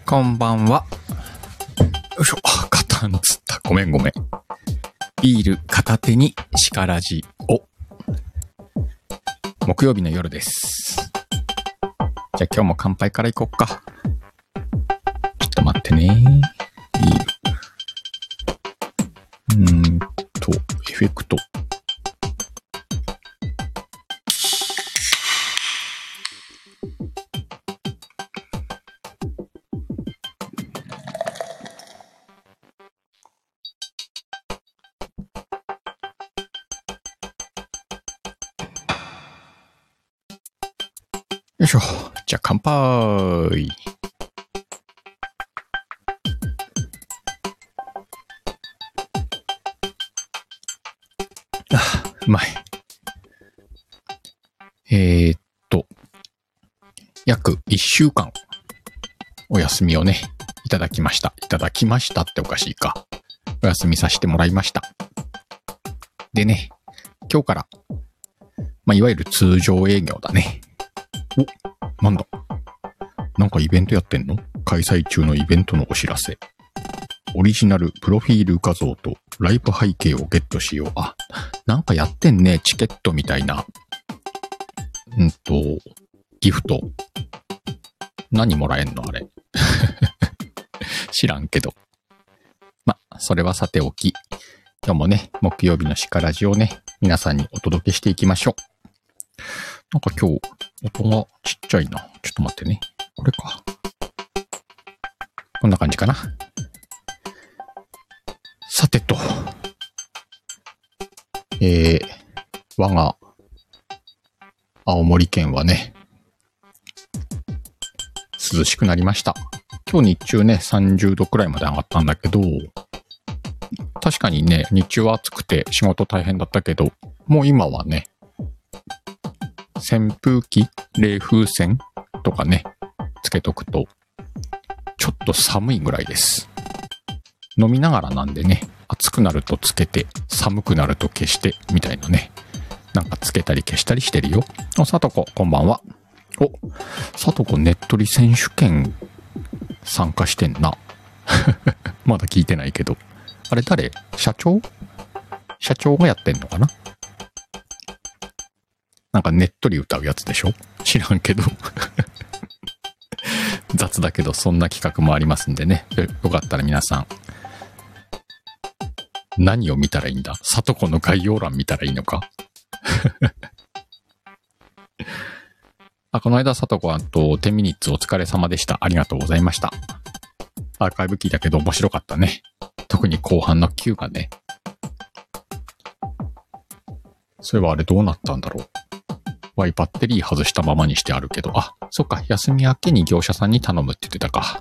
こんばんは。よいしょ。カタンつった。ごめん。ビール片手にシカラジオ。木曜日の夜です。じゃあ今日も乾杯からいこっか。ちょっと待ってね。ビール。エフェクト。よいしょ。じゃあ乾杯。うまい。約1週間お休みをね、いただきました。いただきましたっておかしいか。お休みさせてもらいました。でね、今日から、いわゆる通常営業だね。お、なんだ。なんかイベントやってんの？開催中のイベントのお知らせ。オリジナルプロフィール画像とライブ背景をゲットしよう。あ、なんかやってんね。チケットみたいな。ギフト。何もらえんのあれ。知らんけど。それはさておき。今日もね、木曜日のシカラジをね、皆さんにお届けしていきましょう。なんか今日、音がちっちゃいな。ちょっと待ってね。これか。こんな感じかな。さてと。我が、青森県はね、涼しくなりました。今日日中ね、30度くらいまで上がったんだけど、確かにね、日中は暑くて仕事大変だったけど、もう今はね、扇風機、冷風扇とかね、つけとくと、ちょっと寒いぐらいです。飲みながらなんでね、暑くなるとつけて、寒くなると消して、みたいなね。なんかつけたり消したりしてるよ。さとこ、こんばんは。さとこねっとり選手権参加してんな。まだ聞いてないけど。あれ誰？社長がやってんのかな？なんかねっとり歌うやつでしょ？知らんけど。雑だけどそんな企画もありますんでね。よかったら皆さん。何を見たらいいんだ？さとこの概要欄見たらいいのか？この間さとこは10ミニッツお疲れ様でした。ありがとうございました。アーカイブ聞いたけど面白かったね。特に後半のQがね。そういえばあれどうなったんだろう。バッテリー外したままにしてあるけど。そっか。休み明けに業者さんに頼むって言ってたか。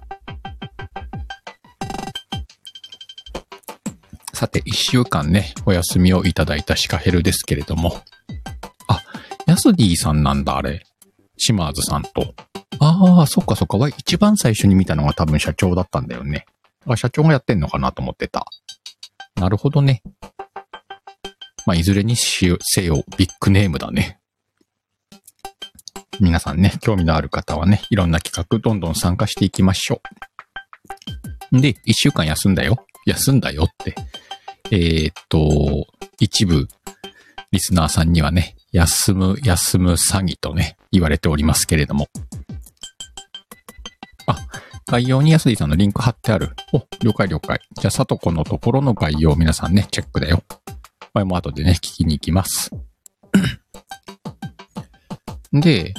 さて、1週間ね、お休みをいただいたシカヘルですけれども。ヤスディさんなんだ、あれ。島津さんと。そっか。一番最初に見たのが多分社長だったんだよね。社長がやってんのかなと思ってた。なるほどね。いずれにせよ、ビッグネームだね。皆さんね、興味のある方はね、いろんな企画どんどん参加していきましょう。で、1週間休んだよって。一部、リスナーさんにはね、休む詐欺とね、言われておりますけれども。概要に安井さんのリンク貼ってある。了解。じゃあ、さとこのところの概要皆さんね、チェックだよ。これも後でね、聞きに行きます。で、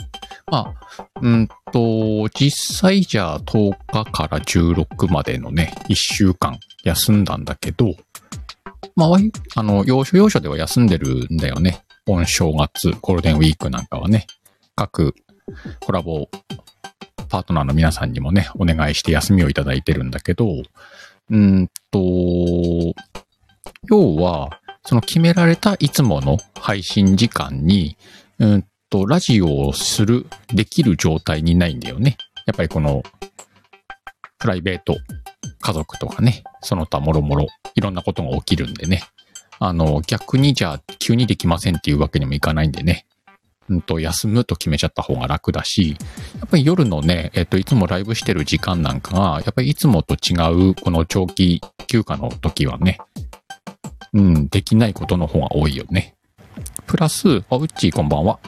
実際じゃあ10日から16までのね、1週間休んだんだけど、要所では休んでるんだよね。正月、ゴールデンウィークなんかはね、各コラボパートナーの皆さんにもね、お願いして休みをいただいてるんだけど、要は、その決められたいつもの配信時間に、ラジオをできる状態にないんだよね。やっぱりこの、プライベート、家族とかね、その他もろもろ、いろんなことが起きるんでね。逆にじゃあ、急にできませんっていうわけにもいかないんでね。 休むと決めちゃった方が楽だし、やっぱり夜のね、いつもライブしてる時間なんかが、やっぱりいつもと違う、この長期休暇の時はね、できないことの方が多いよね。プラス、うっちーこんばんは。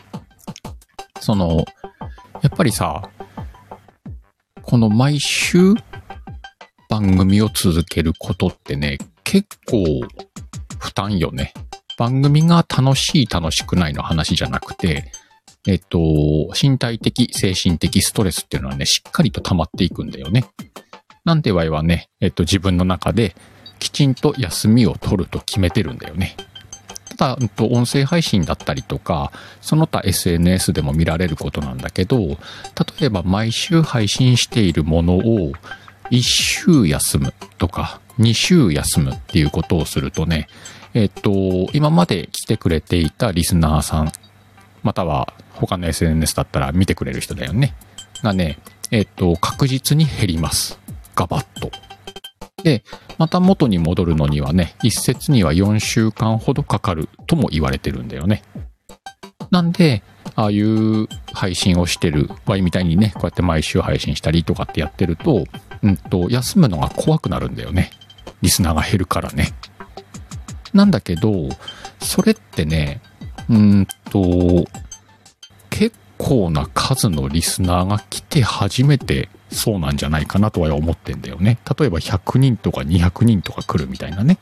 やっぱりさ、この毎週番組を続けることってね、結構負担よね。番組が楽しい楽しくないの話じゃなくて、身体的、精神的ストレスっていうのはね、しっかりと溜まっていくんだよね。なんでわいはね、自分の中できちんと休みを取ると決めてるんだよね。ただ、音声配信だったりとか、その他 SNS でも見られることなんだけど、例えば毎週配信しているものを1週休むとか、2週休むっていうことをするとね、今まで来てくれていたリスナーさん、または他の SNS だったら見てくれる人だよね。がね、確実に減ります。ガバッと。で、また元に戻るのにはね、一説には4週間ほどかかるとも言われてるんだよね。なんで、ああいう配信をしてる場合みたいにね、こうやって毎週配信したりとかってやってると、休むのが怖くなるんだよね。リスナーが減るからね。なんだけど、それってね、結構な数のリスナーが来て初めてそうなんじゃないかなとは思ってんだよね。例えば100人とか200人とか来るみたいなね。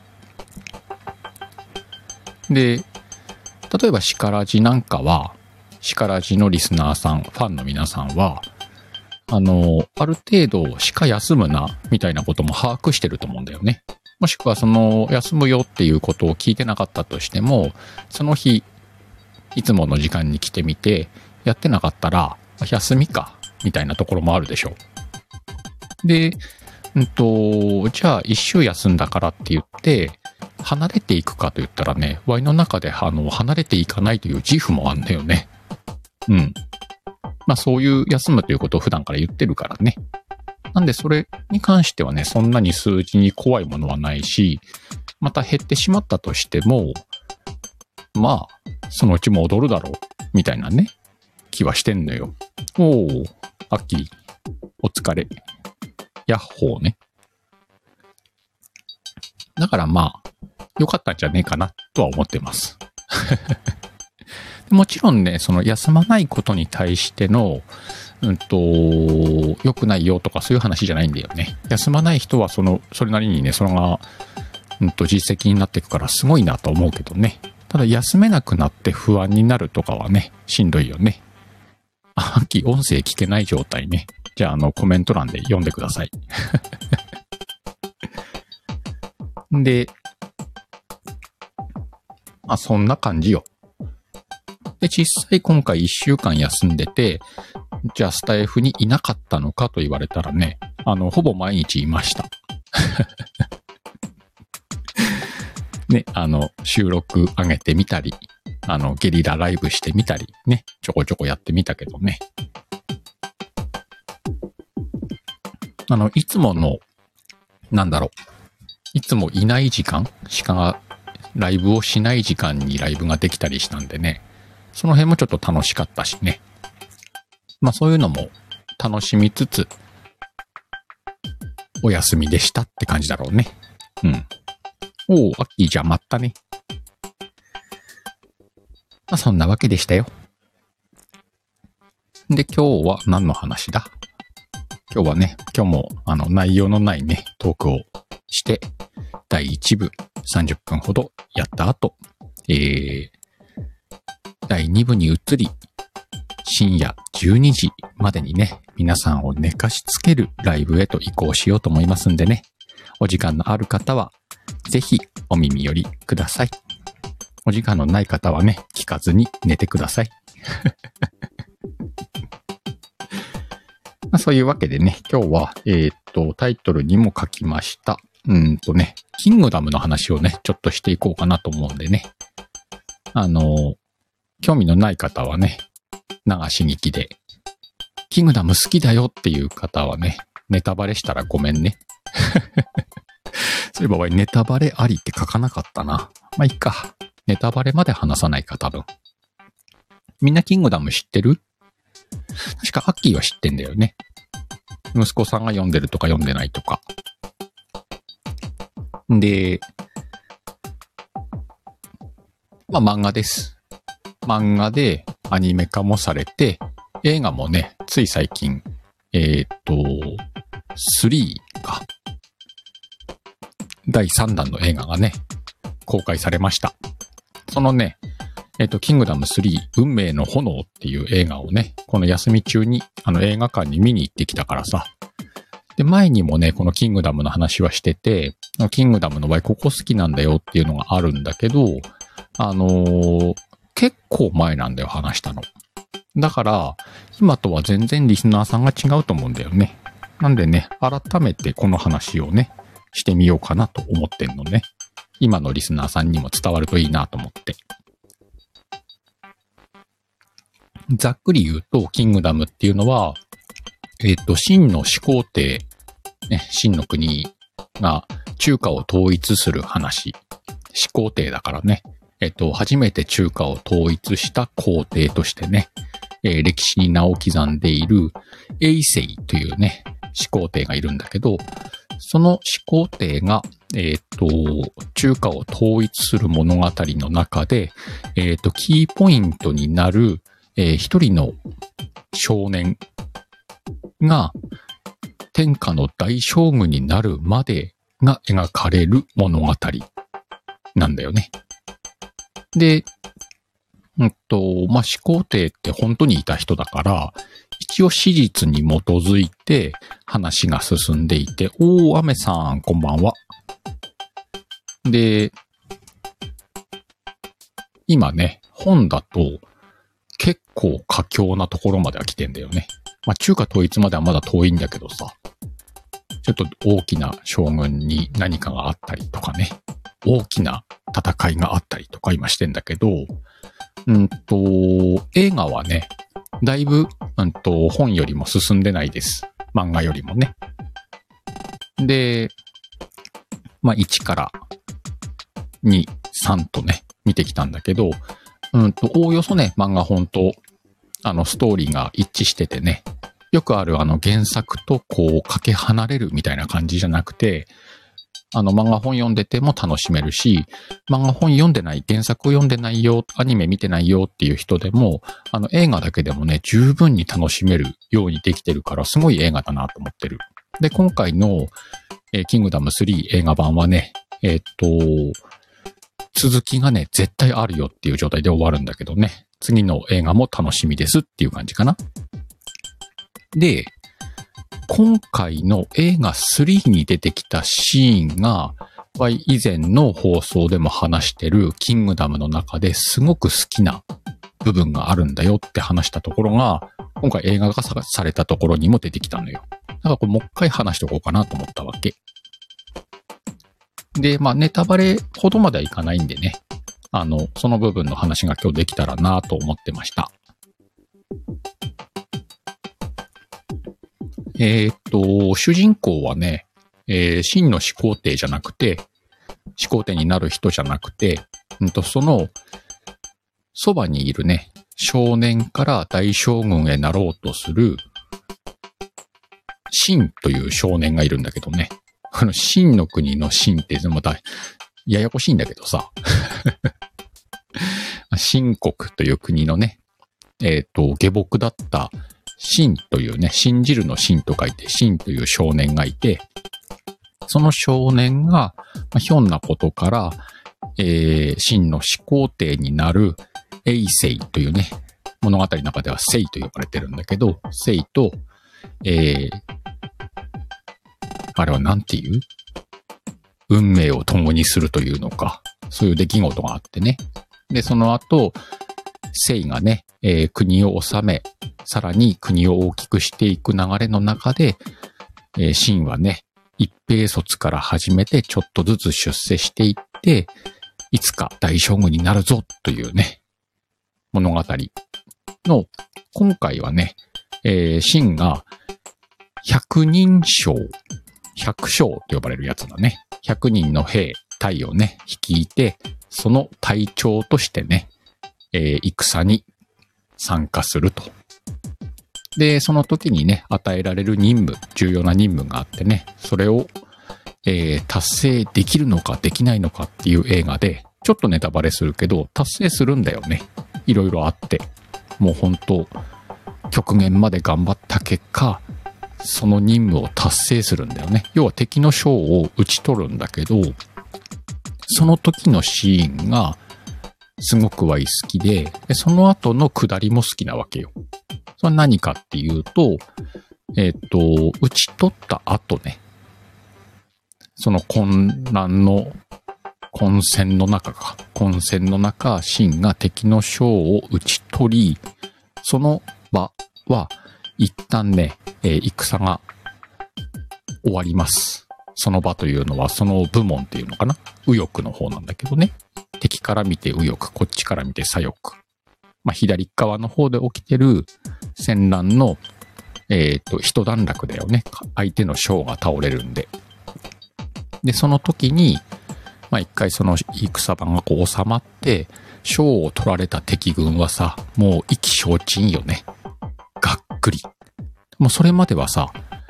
で、例えばシカラジなんかは、シカラジのリスナーさん、ファンの皆さんは、ある程度しか休むな、みたいなことも把握してると思うんだよね。もしくは休むよっていうことを聞いてなかったとしても、その日、いつもの時間に来てみて、やってなかったら、休みか、みたいなところもあるでしょう。で、じゃあ一週休んだからって言って、離れていくかと言ったらね、Y の中で離れていかないという自負もあんだよね。まあそういう休むということを普段から言ってるからね。なんでそれに関してはね、そんなに数字に怖いものはないし、また減ってしまったとしても、まあ、そのうち戻るだろう、みたいなね、気はしてんのよ。おー、アッキー、お疲れ。ヤッホーね。だからまあ、良かったんじゃねえかな、とは思ってます。もちろんね、休まないことに対しての、良くないよとかそういう話じゃないんだよね。休まない人はそれなりにね、それが、実績になっていくからすごいなと思うけどね。ただ休めなくなって不安になるとかはね、しんどいよね。秋、音声聞けない状態ね。じゃあコメント欄で読んでください。で、そんな感じよ。で、実際今回1週間休んでて、じゃあスタイフにいなかったのかと言われたらね、ほぼ毎日いました。ね、収録上げてみたり、ゲリラライブしてみたり、ね、ちょこちょこやってみたけどね。いつもの、いつもいない時間、ライブをしない時間にライブができたりしたんでね、その辺もちょっと楽しかったしね。まあそういうのも楽しみつつ、お休みでしたって感じだろうね。おー、アッキーじゃまったね。まあそんなわけでしたよ。で、今日は何の話だ？今日も内容のないね、トークをして、第1部30分ほどやった後、第2部に移り、深夜12時までにね、皆さんを寝かしつけるライブへと移行しようと思いますんでね、お時間のある方は、ぜひお耳寄りください。お時間のない方はね、聞かずに寝てください。まあ、そういうわけでね、今日は、タイトルにも書きました。キングダムの話をね、ちょっとしていこうかなと思うんでね。興味のない方はね、流し聞きで、キングダム好きだよっていう方はね、ネタバレしたらごめんね。そういえば俺ネタバレありって書かなかったな。まあ、いいか。ネタバレまで話さないか、多分。 みんなキングダム知ってる？確かアッキーは知ってんだよね。息子さんが読んでるとか読んでないとか。で、まあ漫画です。漫画でアニメ化もされて、映画もね、つい最近、3か。第3弾の映画がね、公開されました。そのね、キングダム3運命の炎っていう映画をね、この休み中に映画館に見に行ってきたからさ。で、前にもね、このキングダムの話はしてて、キングダムの場合ここ好きなんだよっていうのがあるんだけど、結構前なんだよ、話したの。だから、今とは全然リスナーさんが違うと思うんだよね。なんでね、改めてこの話をね、してみようかなと思ってんのね。今のリスナーさんにも伝わるといいなと思って。ざっくり言うと、キングダムっていうのは、秦の始皇帝、ね、秦の国が中華を統一する話。始皇帝だからね。初めて中華を統一した皇帝としてね、歴史に名を刻んでいる永世というね、始皇帝がいるんだけど、その始皇帝が、中華を統一する物語の中で、キーポイントになる、一人の少年が天下の大将軍になるまでが描かれる物語なんだよね。で、始皇帝って本当にいた人だから、一応史実に基づいて話が進んでいて、アメさん、こんばんは。で、今ね、本だと結構佳境なところまでは来てんだよね。中華統一まではまだ遠いんだけどさ、ちょっと大きな将軍に何かがあったりとかね、大きな戦いがあったりとか今してんだけど、映画はね、だいぶ、本よりも進んでないです。漫画よりもね。で、1から2、3とね、見てきたんだけど、おおよそね、漫画本と、ストーリーが一致しててね、よくある原作とこう、かけ離れるみたいな感じじゃなくて、漫画本読んでても楽しめるし、漫画本読んでない、原作を読んでないよ、アニメ見てないよっていう人でも、映画だけでもね、十分に楽しめるようにできてるから、すごい映画だなと思ってる。で、今回の、キングダム3映画版はね、続きがね、絶対あるよっていう状態で終わるんだけどね、次の映画も楽しみですっていう感じかな。で、今回の映画3に出てきたシーンが、以前の放送でも話してるキングダムの中ですごく好きな部分があるんだよって話したところが、今回映画化されたところにも出てきたのよ。だからこれもう一回話しておこうかなと思ったわけ。で、ネタバレほどまではいかないんでね、その部分の話が今日できたらなと思ってました。主人公はね、秦の始皇帝じゃなくて、始皇帝になる人じゃなくて、その、そばにいるね、少年から大将軍へなろうとする、秦という少年がいるんだけどね。秦の国の秦ってまた、ややこしいんだけどさ。秦国という国のね、下僕だった秦というね、信じるの秦と書いて秦という少年がいて、その少年が、ひょんなことから、秦の始皇帝になる永世というね、物語の中では聖と呼ばれてるんだけど、聖と、あれはなんていう？運命を共にするというのか、そういう出来事があってね。で、その後、聖がね、国を治め、さらに国を大きくしていく流れの中で、秦はね、一兵卒から始めてちょっとずつ出世していって、いつか大将軍になるぞというね、物語の、今回はね、秦が百人将、百将と呼ばれるやつだね。100人の兵、隊をね、率いて、その隊長としてね、戦に参加すると。で、その時にね、与えられる任務、重要な任務があってね、それを、達成できるのかできないのかっていう映画で、ちょっとネタバレするけど、達成するんだよね。いろいろあって。もう本当極限まで頑張った結果、その任務を達成するんだよね。要は敵の将を撃ち取るんだけど、その時のシーンがすごく好きで、その後の下りも好きなわけよ。それは何かっていうと、撃ち取った後ね、その混戦の中、シンが敵の将を撃ち取り、その場は一旦ね、戦が終わります。その場というのは、その部門っていうのかな、右翼の方なんだけどね。敵から見て右翼、こっちから見て左翼。まあ、左側の方で起きてる戦乱の、一段落だよね。相手の将が倒れるんで。で、その時に、まあ、一回その戦場がこう収まって、将を取られた敵軍はさ、もう意気消沈よね。がっくり。もうそれまではさ、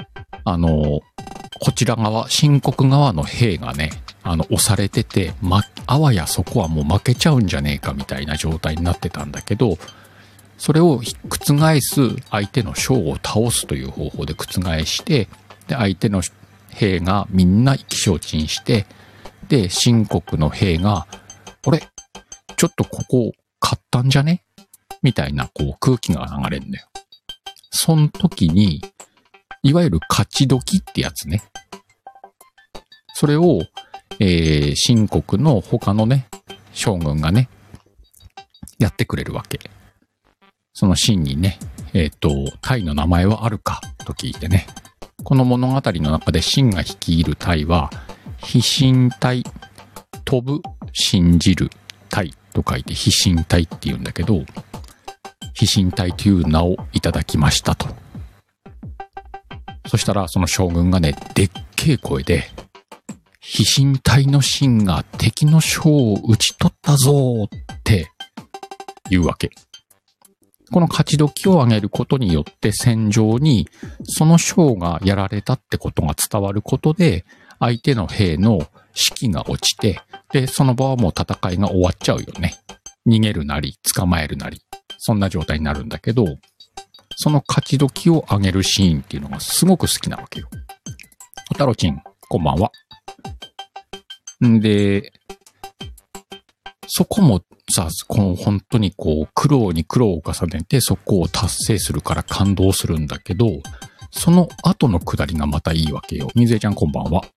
こちら側、秦国側の兵がね、押されてて、あわやそこはもう負けちゃうんじゃねえかみたいな状態になってたんだけど、それを覆す相手の将を倒すという方法で覆して、で、相手の兵がみんな意気消沈して、で、秦国の兵が、あれちょっとここ勝ったんじゃねみたいなこう空気が流れるんだよ。その時に、いわゆる勝ち時ってやつね。それを、秦国の他のね、将軍がね、やってくれるわけ。その秦にね、隊の名前はあるかと聞いてね。この物語の中で秦が率いる隊は、飛信隊、飛ぶ、信じる隊と書いて飛信隊って言うんだけど、飛信隊という名をいただきましたと。そしたらその将軍がね、でっけえ声で、飛信隊の秦が敵の将を討ち取ったぞーって言うわけ。この勝ち時を上げることによって戦場にその将がやられたってことが伝わることで、相手の兵の士気が落ちて、で、その場はもう戦いが終わっちゃうよね。逃げるなり、捕まえるなり、そんな状態になるんだけど、その勝ち時を上げるシーンっていうのがすごく好きなわけよ。おたろちん、こんばんは。んで、そこもさ、本当にこう、苦労に苦労を重ねてそこを達成するから感動するんだけど、その後の下りがまたいいわけよ。みずえちゃんこんばんは。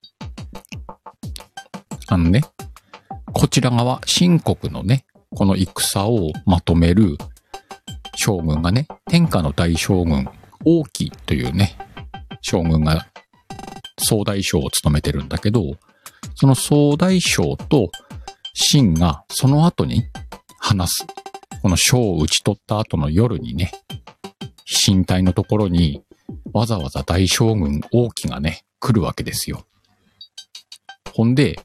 こちら側、秦国のね、この戦をまとめる将軍がね、天下の大将軍、王毅というね、将軍が総大将を務めてるんだけど、その総大将と秦がその後に話す。この将を討ち取った後の夜にね、飛信隊のところにわざわざ大将軍王毅がね、来るわけですよ。ほんで、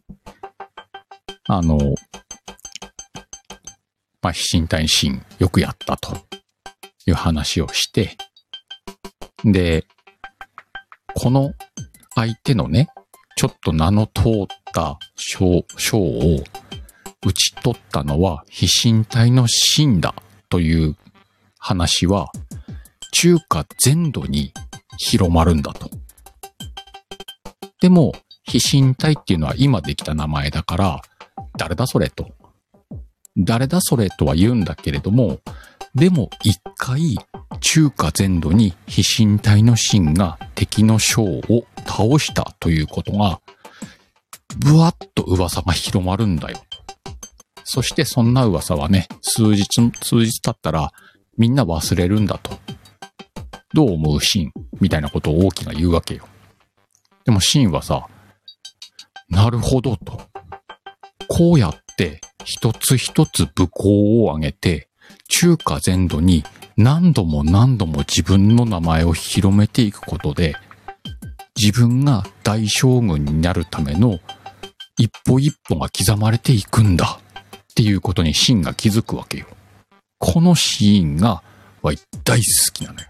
飛信隊秦よくやったという話をして、で、この相手のね、ちょっと名の通った将を討ち取ったのは飛信隊の秦だという話は中華全土に広まるんだと。でも飛信隊っていうのは今できた名前だから、誰だそれと。誰だそれとは言うんだけれども、でも一回中華全土に飛信隊の秦が敵の将を倒したということが、ぶわっと噂が広まるんだよ。そしてそんな噂はね、数日経ったらみんな忘れるんだと。どう思う秦みたいなことを王毅が言うわけよ。でも秦はさ、なるほどと。こうやって一つ一つ武功を挙げて、中華全土に何度も何度も自分の名前を広めていくことで、自分が大将軍になるための一歩一歩が刻まれていくんだっていうことに秦が気づくわけよ。このシーンがわい大好きなのよ。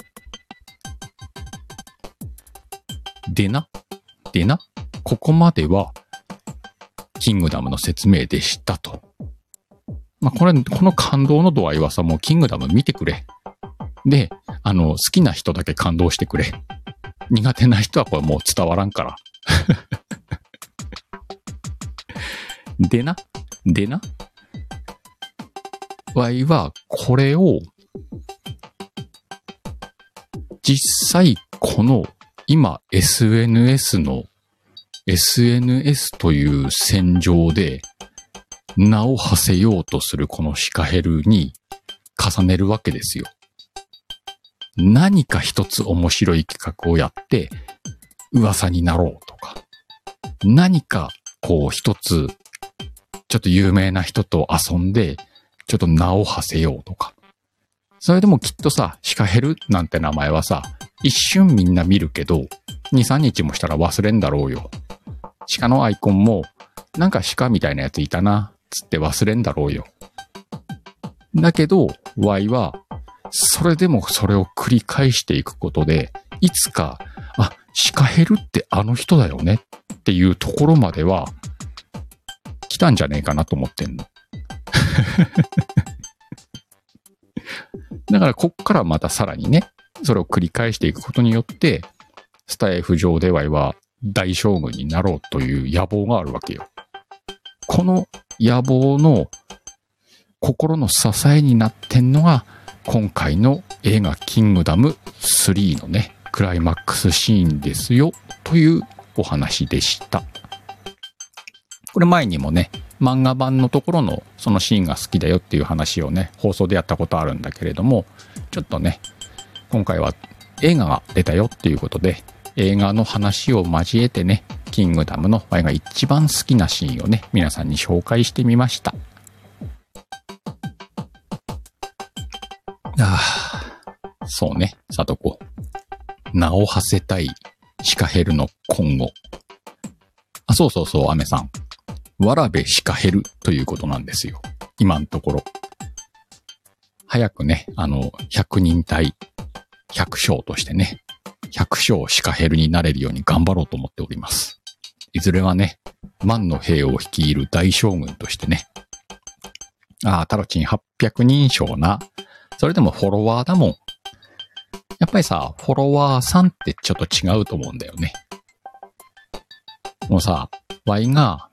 でな、ここまでは、キングダムの説明でしたと。まあ、この感動の度合いはさ、もうキングダム見てくれ。で、好きな人だけ感動してくれ。苦手な人はこれもう伝わらんから。でな、わいはこれを、実際この今 SNS という戦場で名を馳せようとするこのシカヘルに重ねるわけですよ。何か一つ面白い企画をやって噂になろうとか、何かこう一つちょっと有名な人と遊んでちょっと名を馳せようとか。それでもきっとさ、シカヘルなんて名前はさ、一瞬みんな見るけど、2、3日もしたら忘れんだろうよ。鹿のアイコンも、なんか鹿みたいなやついたな、つって忘れんだろうよ。だけど、Y は、それでもそれを繰り返していくことで、いつか、あ、シカヘルってあの人だよねっていうところまでは、来たんじゃねえかなと思ってんの。だからこっからまたさらにね、それを繰り返していくことによって、スタイフ上では大将軍になろうという野望があるわけよ。この野望の心の支えになってんのが、今回の映画キングダム3のね、クライマックスシーンですよ、というお話でした。これ前にもね、漫画版のところのそのシーンが好きだよっていう話をね、放送でやったことあるんだけれども、ちょっとね、今回は映画が出たよっていうことで、映画の話を交えてね、キングダムの我が一番好きなシーンをね、皆さんに紹介してみました。そうね、さとこ。名を馳せたいシカヘルの今後。あ、そう、アメさん。わらべシカヘルということなんですよ。今のところ。早くね、100人隊、100将としてね、100将シカヘルになれるように頑張ろうと思っております。いずれはね、万の兵を率いる大将軍としてね。タロチン800人将な。それでもフォロワーだもん。やっぱりさ、フォロワーさんってちょっと違うと思うんだよね。もうさ、ワイが、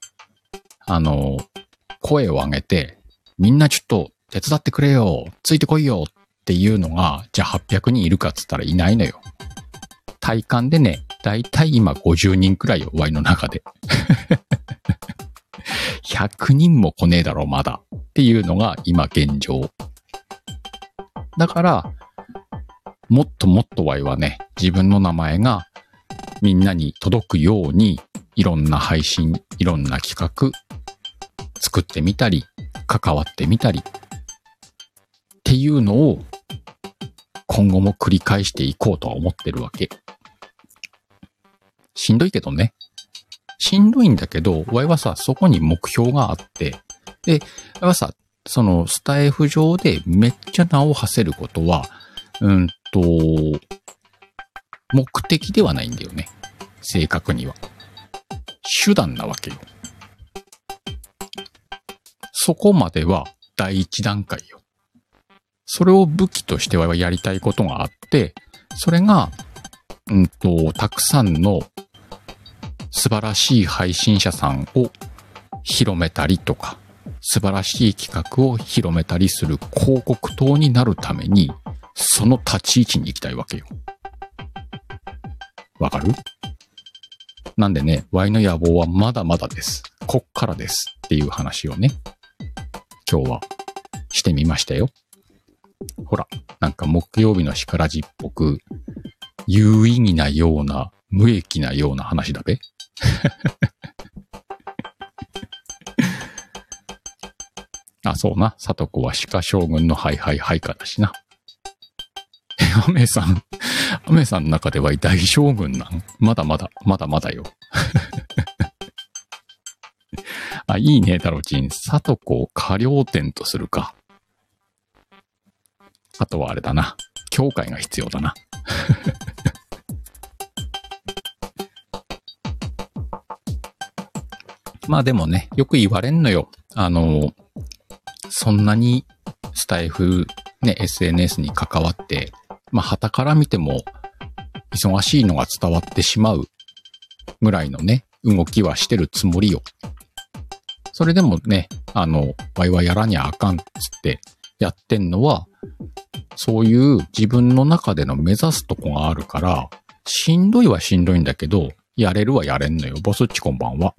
声を上げて、みんなちょっと手伝ってくれよ、ついてこいよっていうのが、じゃあ800人いるかっつったらいないのよ。体感でね、だいたい今50人くらいよ、ワイの中で。100人も来ねえだろ、まだ。っていうのが今現状。だから、もっともっとワイはね、自分の名前がみんなに届くように、いろんな配信、いろんな企画、作ってみたり、関わってみたり、っていうのを今後も繰り返していこうとは思ってるわけ。しんどいけどね。しんどいんだけど、ワイはさ、そこに目標があって、で、ワイはさ、そのスタイフ上でめっちゃ名を馳せることは、目的ではないんだよね。正確には。手段なわけよ。そこまでは第一段階よ。それを武器としてはやりたいことがあって、それが、たくさんの素晴らしい配信者さんを広めたりとか、素晴らしい企画を広めたりする広告塔になるために、その立ち位置に行きたいわけよ。わかる？なんでね、Y の野望はまだまだです。こっからですっていう話をね、今日はしてみましたよ。ほら、なんか木曜日のしからじっぽく、有意義なような、無益なような話だべ。あ、そうな。さとこは鹿将軍のハイハイハイカだしな。アメさんの中では大将軍なん？まだまだよ。あ、いいね、タロチン。さとこを過料店とするか。 あとはあれだな。教会が必要だな。まあでもね、よく言われんのよ。そんなにスタイフ、ね、SNS に関わって、まあ傍から見ても忙しいのが伝わってしまうぐらいのね、動きはしてるつもりよ。それでもね、ワイワイやらにゃあかんっつってやってんのは、そういう自分の中での目指すとこがあるから、しんどいはしんどいんだけど、やれるはやれんのよ。ボスっちこんばんは。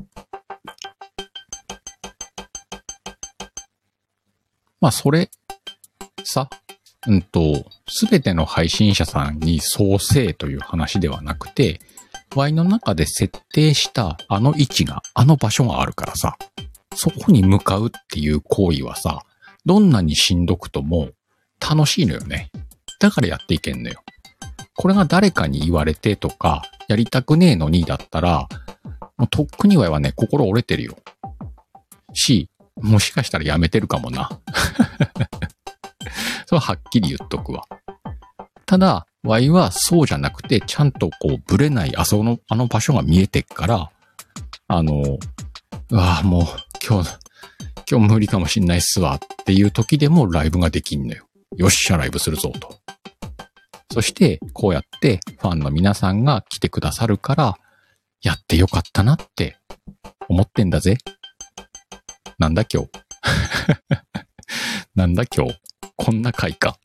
まあ、それ、さ、すべての配信者さんにそうせえという話ではなくて、Y の中で設定したあの位置が、あの場所があるからさ、そこに向かうっていう行為はさ、どんなにしんどくとも楽しいのよね。だからやっていけんのよ。これが誰かに言われてとか、やりたくねえのにだったら、もうとっくにはね、心折れてるよ。もしかしたらやめてるかもな。それははっきり言っとくわ。ただ、Y はそうじゃなくて、ちゃんとこう、ブレないあの場所が見えてっから、うわぁ、もう、今日無理かもしんないっすわっていう時でもライブができんのよ。よっしゃ、ライブするぞと。そして、こうやってファンの皆さんが来てくださるから、やってよかったなって思ってんだぜ。なんだ今日。なんだ今日。こんな回か。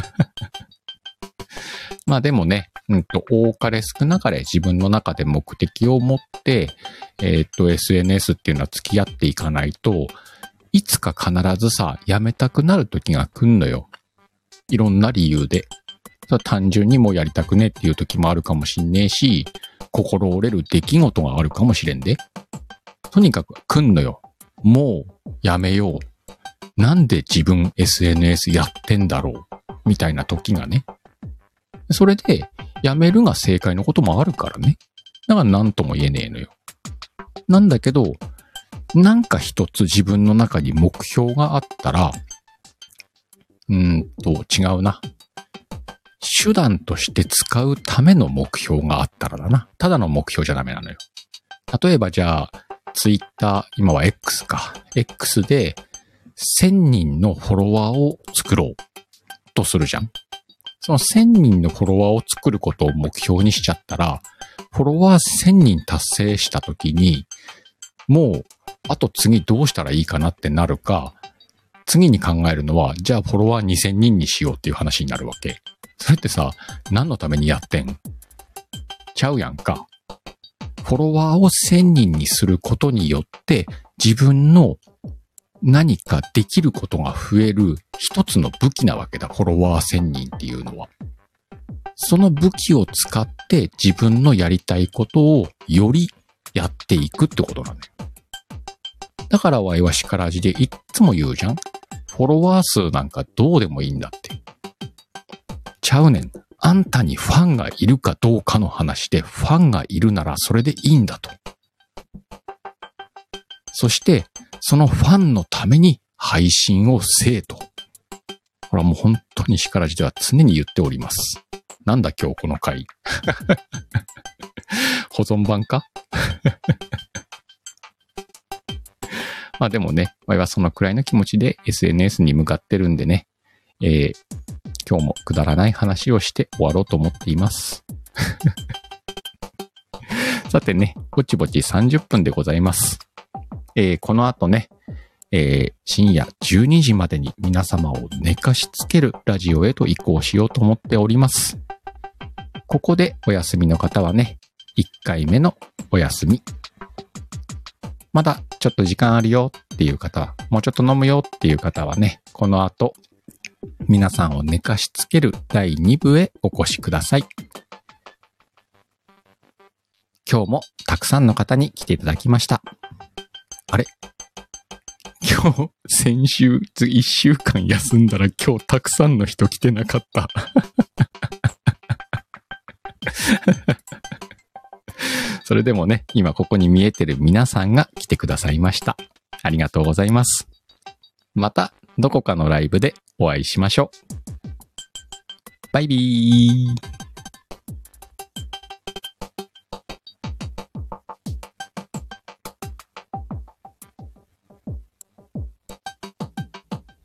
まあでもね、多かれ少なかれ自分の中で目的を持って、SNS っていうのは付き合っていかないと、いつか必ずさ、やめたくなる時が来んのよ。いろんな理由で。単純にもうやりたくねっていう時もあるかもしんねえし、心折れる出来事があるかもしれんで。とにかく来んのよ。もうやめよう。なんで自分 SNS やってんだろうみたいな時がね。それでやめるが正解のこともあるからね。だから何とも言えねえのよ。なんだけど、なんか一つ自分の中に目標があったら、違うな。手段として使うための目標があったらだな。ただの目標じゃダメなのよ。例えばじゃあ、ツイッター、今は X か。X で1000人のフォロワーを作ろうとするじゃん。その1000人のフォロワーを作ることを目標にしちゃったら、フォロワー1000人達成したときに、もう、あと次どうしたらいいかなってなるか、次に考えるのは、じゃあフォロワー2000人にしようっていう話になるわけ。それってさ、何のためにやってん？ちゃうやんか。フォロワーを1000人にすることによって、自分の何かできることが増える一つの武器なわけだ。フォロワー1000人っていうのは。その武器を使って自分のやりたいことをよりやっていくってことなんだよ。だからワイはしから味でいっつも言うじゃん。フォロワー数なんかどうでもいいんだって。ちゃうねん。あんたにファンがいるかどうかの話で、ファンがいるならそれでいいんだと。そして、そのファンのために配信をせえと。これはもう本当にしからじでは常に言っております。なんだ今日この回。保存版かまあでもね、我々はそのくらいの気持ちで SNS に向かってるんでね、今日もくだらない話をして終わろうと思っています。さてね、ぼちぼち30分でございます。この後ね、深夜12時までに皆様を寝かしつけるラジオへと移行しようと思っております。ここでお休みの方はね、1回目のお休み。まだちょっと時間あるよっていう方は、もうちょっと飲むよっていう方はね、この後、皆さんを寝かしつける第2部へお越しください。今日もたくさんの方に来ていただきました。あれ？今日、先週、1週間休んだら今日たくさんの人来てなかった。それでもね、今ここに見えてる皆さんが来てくださいました。ありがとうございます。また、どこかのライブでお会いしましょう。 バイビー。